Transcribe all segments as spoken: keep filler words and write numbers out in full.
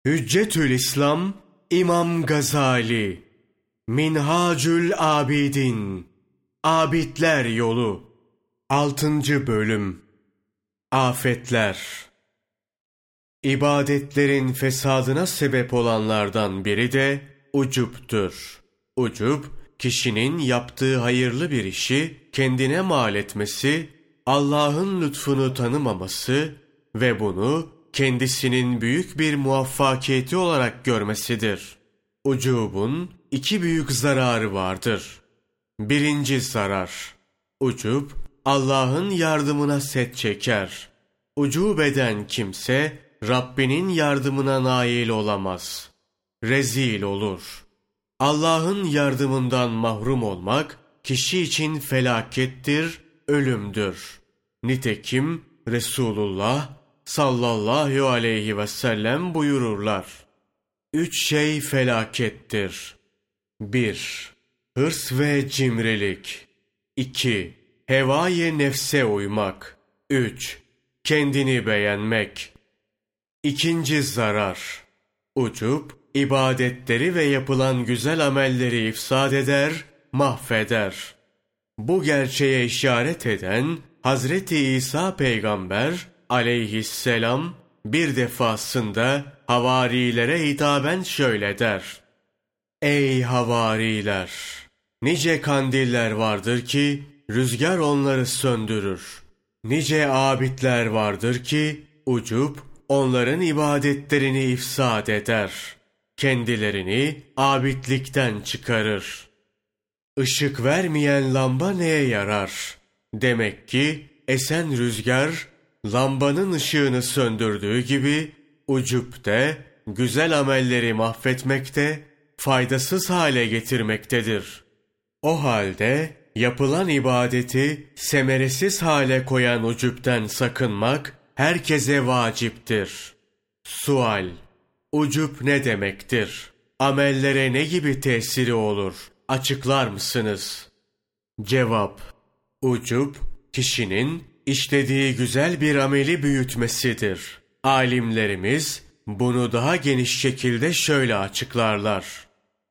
Hüccetül İslam İmam Gazali Minhacül Abidin Abidler Yolu altıncı. Bölüm Afetler. İbadetlerin fesadına sebep olanlardan biri de ucuptur. Ucup, kişinin yaptığı hayırlı bir işi kendine mal etmesi, Allah'ın lütfunu tanımaması ve bunu kendisinin büyük bir muvaffakiyeti olarak görmesidir. Ucubun iki büyük zararı vardır. Birinci zarar, ucub Allah'ın yardımına set çeker. Ucub eden kimse Rabbinin yardımına nail olamaz. Rezil olur. Allah'ın yardımından mahrum olmak kişi için felakettir, ölümdür. Nitekim Resulullah sallallahu aleyhi ve sellem buyururlar: Üç şey felakettir. bir. Hırs ve cimrilik. iki. Hevâ-i nefse uymak. üç. Kendini beğenmek. İkinci zarar, ucub, ibadetleri ve yapılan güzel amelleri ifsad eder, mahveder. Bu gerçeğe işaret eden Hazreti İsa peygamber aleyhisselam bir defasında havarilere hitaben şöyle der: Ey havariler! Nice kandiller vardır ki rüzgar onları söndürür. Nice abidler vardır ki ucub onların ibadetlerini ifsad eder. Kendilerini abidlikten çıkarır. Işık vermeyen lamba neye yarar? Demek ki esen rüzgar lambanın ışığını söndürdüğü gibi ucub de güzel amelleri mahvetmekte, faydasız hale getirmektedir. O halde yapılan ibadeti semeresiz hale koyan ucubten sakınmak herkese vaciptir. Sual: Ucub ne demektir? Amellere ne gibi tesiri olur? Açıklar mısınız? Cevap: Ucub, kişinin işlediği güzel bir ameli büyütmesidir. Alimlerimiz bunu daha geniş şekilde şöyle açıklarlar: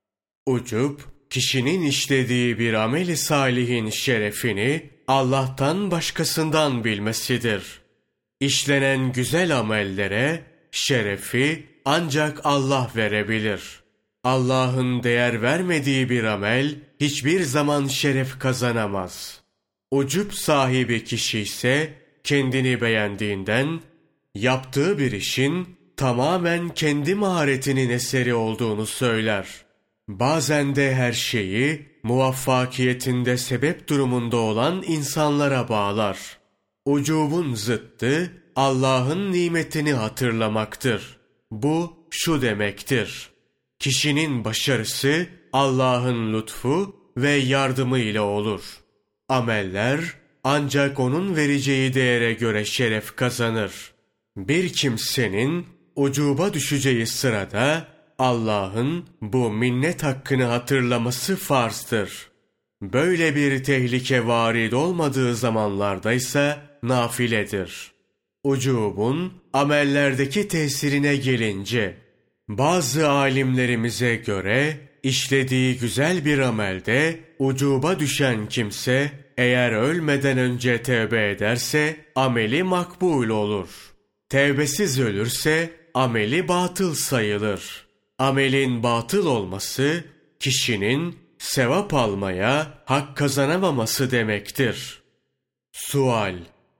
Ucub, kişinin işlediği bir ameli salihin şerefini Allah'tan başkasından bilmesidir. İşlenen güzel amellere şerefi ancak Allah verebilir. Allah'ın değer vermediği bir amel hiçbir zaman şeref kazanamaz. Ucub sahibi kişi ise kendini beğendiğinden yaptığı bir işin tamamen kendi maharetinin eseri olduğunu söyler. Bazen de her şeyi muvaffakiyetinde sebep durumunda olan insanlara bağlar. Ucubun zıttı Allah'ın nimetini hatırlamaktır. Bu şu demektir: kişinin başarısı Allah'ın lütfu ve yardımı ile olur. Ameller ancak onun vereceği değere göre şeref kazanır. Bir kimsenin ucuba düşeceği sırada Allah'ın bu minnet hakkını hatırlaması farzdır. Böyle bir tehlike varid olmadığı zamanlardaysa nafiledir. Ucubun amellerdeki tesirine gelince, bazı alimlerimize göre işlediği güzel bir amelde ucuba düşen kimse eğer ölmeden önce tevbe ederse ameli makbul olur. Tevbesiz ölürse ameli batıl sayılır. Amelin batıl olması kişinin sevap almaya hak kazanamaması demektir. Sual: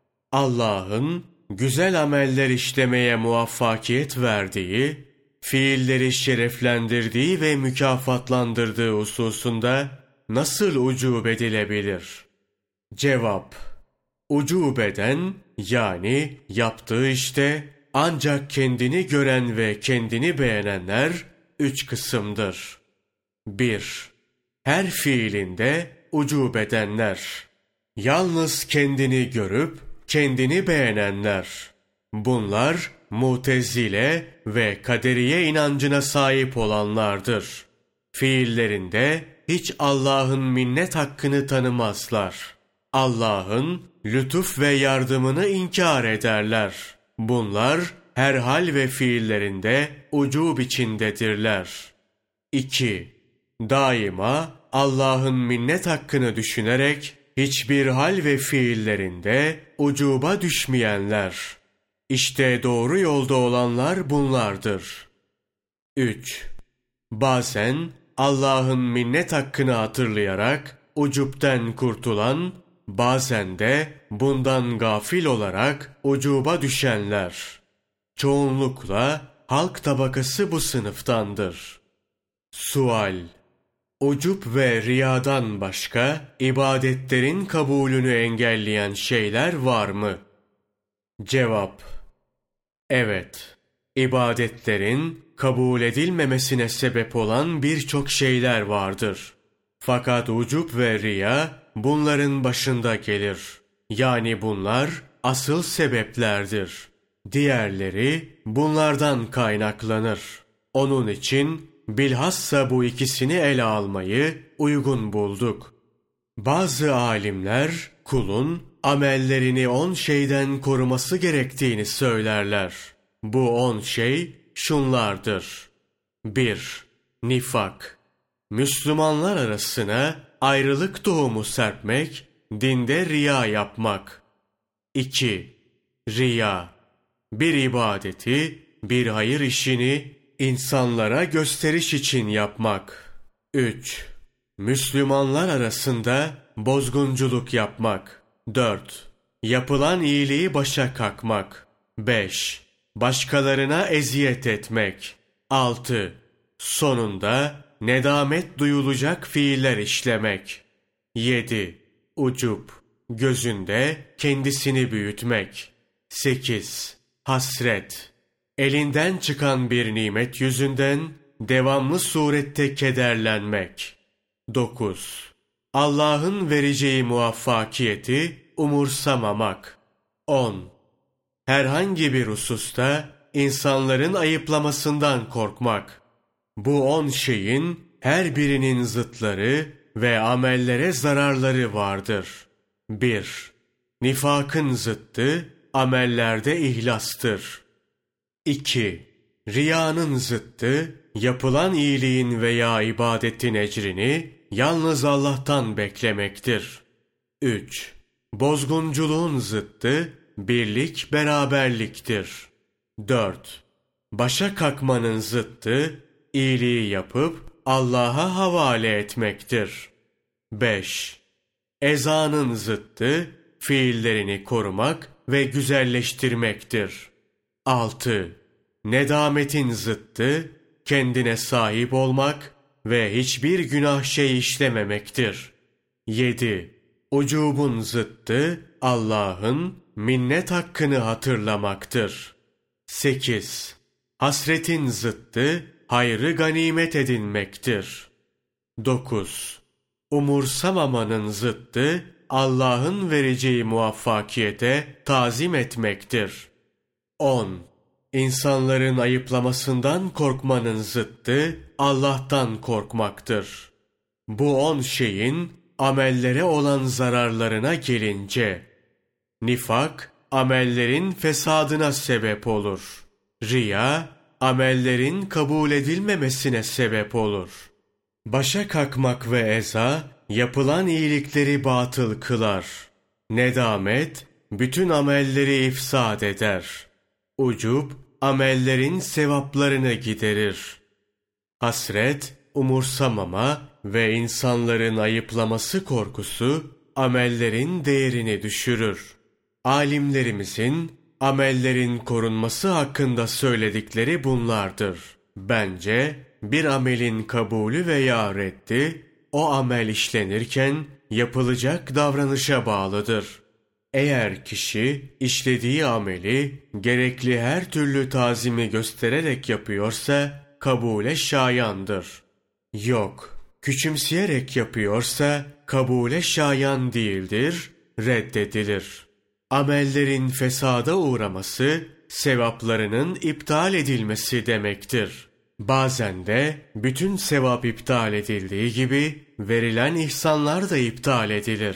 Allah'ın güzel ameller işlemeye muvaffakiyet verdiği, fiilleri şereflendirdiği ve mükafatlandırdığı hususunda nasıl ucub edilebilir? Cevap: Ucub eden, yani yaptığı işte ancak kendini gören ve kendini beğenenler üç kısımdır. bir. Her fiilinde ucub edenler. Yalnız kendini görüp kendini beğenenler. Bunlar Mutezile ve Kaderiye inancına sahip olanlardır. Fiillerinde hiç Allah'ın minnet hakkını tanımazlar. Allah'ın lütuf ve yardımını inkar ederler. Bunlar her hal ve fiillerinde ucub içindedirler. iki. Daima Allah'ın minnet hakkını düşünerek hiçbir hal ve fiillerinde ucuba düşmeyenler. İşte doğru yolda olanlar bunlardır. üç. Bazen Allah'ın minnet hakkını hatırlayarak ucupten kurtulan, bazen de bundan gafil olarak ucuba düşenler. Çoğunlukla halk tabakası bu sınıftandır. Sual: Ucup ve riyadan başka ibadetlerin kabulünü engelleyen şeyler var mı? Cevap: Evet, ibadetlerin kabul edilmemesine sebep olan birçok şeyler vardır. Fakat ucup ve riya bunların başında gelir. Yani bunlar asıl sebeplerdir. Diğerleri bunlardan kaynaklanır. Onun için bilhassa bu ikisini ele almayı uygun bulduk. Bazı alimler kulun amellerini on şeyden koruması gerektiğini söylerler. Bu on şey şunlardır. bir. Nifak. Müslümanlar arasına ayrılık tohumu serpmek, dinde riya yapmak. iki. Riya. Bir ibadeti, bir hayır işini insanlara gösteriş için yapmak. üç. Müslümanlar arasında bozgunculuk yapmak. dört. Yapılan iyiliği başa kakmak. beş. Başkalarına eziyet etmek. altı. Sonunda nedamet duyulacak fiiller işlemek. yedi. Ucup. Gözünde kendisini büyütmek. sekiz. Hasret. Elinden çıkan bir nimet yüzünden devamlı surette kederlenmek. dokuz. Allah'ın vereceği muvaffakiyeti umursamamak. on. Herhangi bir hususta insanların ayıplamasından korkmak. Bu on şeyin her birinin zıtları ve amellere zararları vardır. bir. Nifakın zıttı amellerde ihlastır. iki. Riyanın zıttı yapılan iyiliğin veya ibadetin ecrini yalnız Allah'tan beklemektir. üç. Bozgunculuğun zıttı birlik beraberliktir. dört. Başa kalkmanın zıttı iyiliği yapıp Allah'a havale etmektir. beş. Ezanın zıttı fiillerini korumak ve güzelleştirmektir. altı. Nedametin zıttı kendine sahip olmak ve hiçbir günah şey işlememektir. yedi. Ucubun zıttı Allah'ın minnet hakkını hatırlamaktır. sekiz. Hasretin zıttı hayrı ganimet edinmektir. dokuz. Umursamamanın zıttı Allah'ın vereceği muvaffakiyete tazim etmektir. on. İnsanların ayıplamasından korkmanın zıttı Allah'tan korkmaktır. Bu on şeyin amellere olan zararlarına gelince, nifak amellerin fesadına sebep olur. Riya amellerin kabul edilmemesine sebep olur. Başa kalkmak ve eza yapılan iyilikleri batıl kılar. Nedamet bütün amelleri ifsad eder. Ucub amellerin sevaplarını giderir. Hasret, umursamama ve insanların ayıplaması korkusu amellerin değerini düşürür. Alimlerimizin amellerin korunması hakkında söyledikleri bunlardır. Bence bir amelin kabulü veya reddi o amel işlenirken yapılacak davranışa bağlıdır. Eğer kişi işlediği ameli gerekli her türlü tazimi göstererek yapıyorsa kabule şayandır. Yok, küçümseyerek yapıyorsa kabule şayan değildir, reddedilir. Amellerin fesada uğraması, sevaplarının iptal edilmesi demektir. Bazen de bütün sevap iptal edildiği gibi verilen ihsanlar da iptal edilir.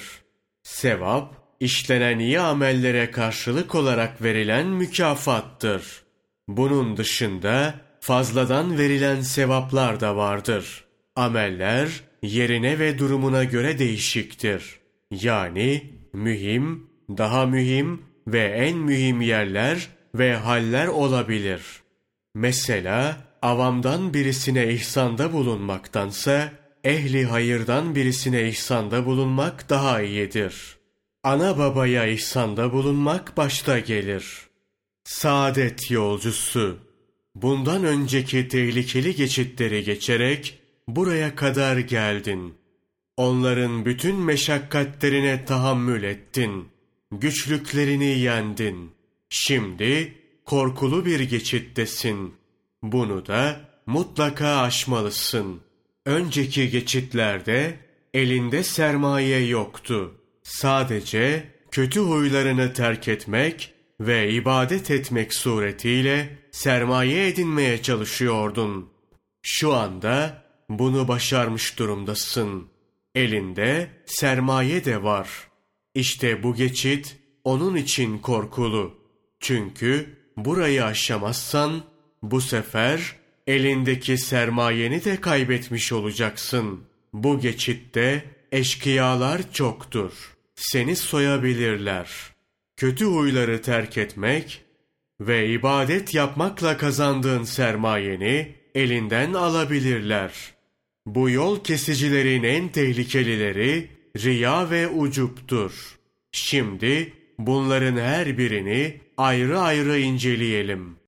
Sevap, işlenen iyi amellere karşılık olarak verilen mükafattır. Bunun dışında fazladan verilen sevaplar da vardır. Ameller yerine ve durumuna göre değişiktir. Yani mühim, daha mühim ve en mühim yerler ve haller olabilir. Mesela avamdan birisine ihsanda bulunmaktansa ehli hayırdan birisine ihsanda bulunmak daha iyidir. Ana babaya ihsanda bulunmak başta gelir. Saadet yolcusu, bundan önceki tehlikeli geçitleri geçerek buraya kadar geldin. Onların bütün meşakkatlerine tahammül ettin. Güçlüklerini yendin. Şimdi korkulu bir geçittesin. Bunu da mutlaka aşmalısın. Önceki geçitlerde elinde sermaye yoktu. Sadece kötü huylarını terk etmek ve ibadet etmek suretiyle sermaye edinmeye çalışıyordun. Şu anda bunu başarmış durumdasın. Elinde sermaye de var. İşte bu geçit onun için korkulu. Çünkü burayı aşamazsan bu sefer elindeki sermayeni de kaybetmiş olacaksın. Bu geçitte eşkıyalar çoktur. Seni soyabilirler. Kötü huyları terk etmek ve ibadet yapmakla kazandığın sermayeni elinden alabilirler. Bu yol kesicilerin en tehlikelileri riya ve ucuptur. Şimdi bunların her birini ayrı ayrı inceleyelim.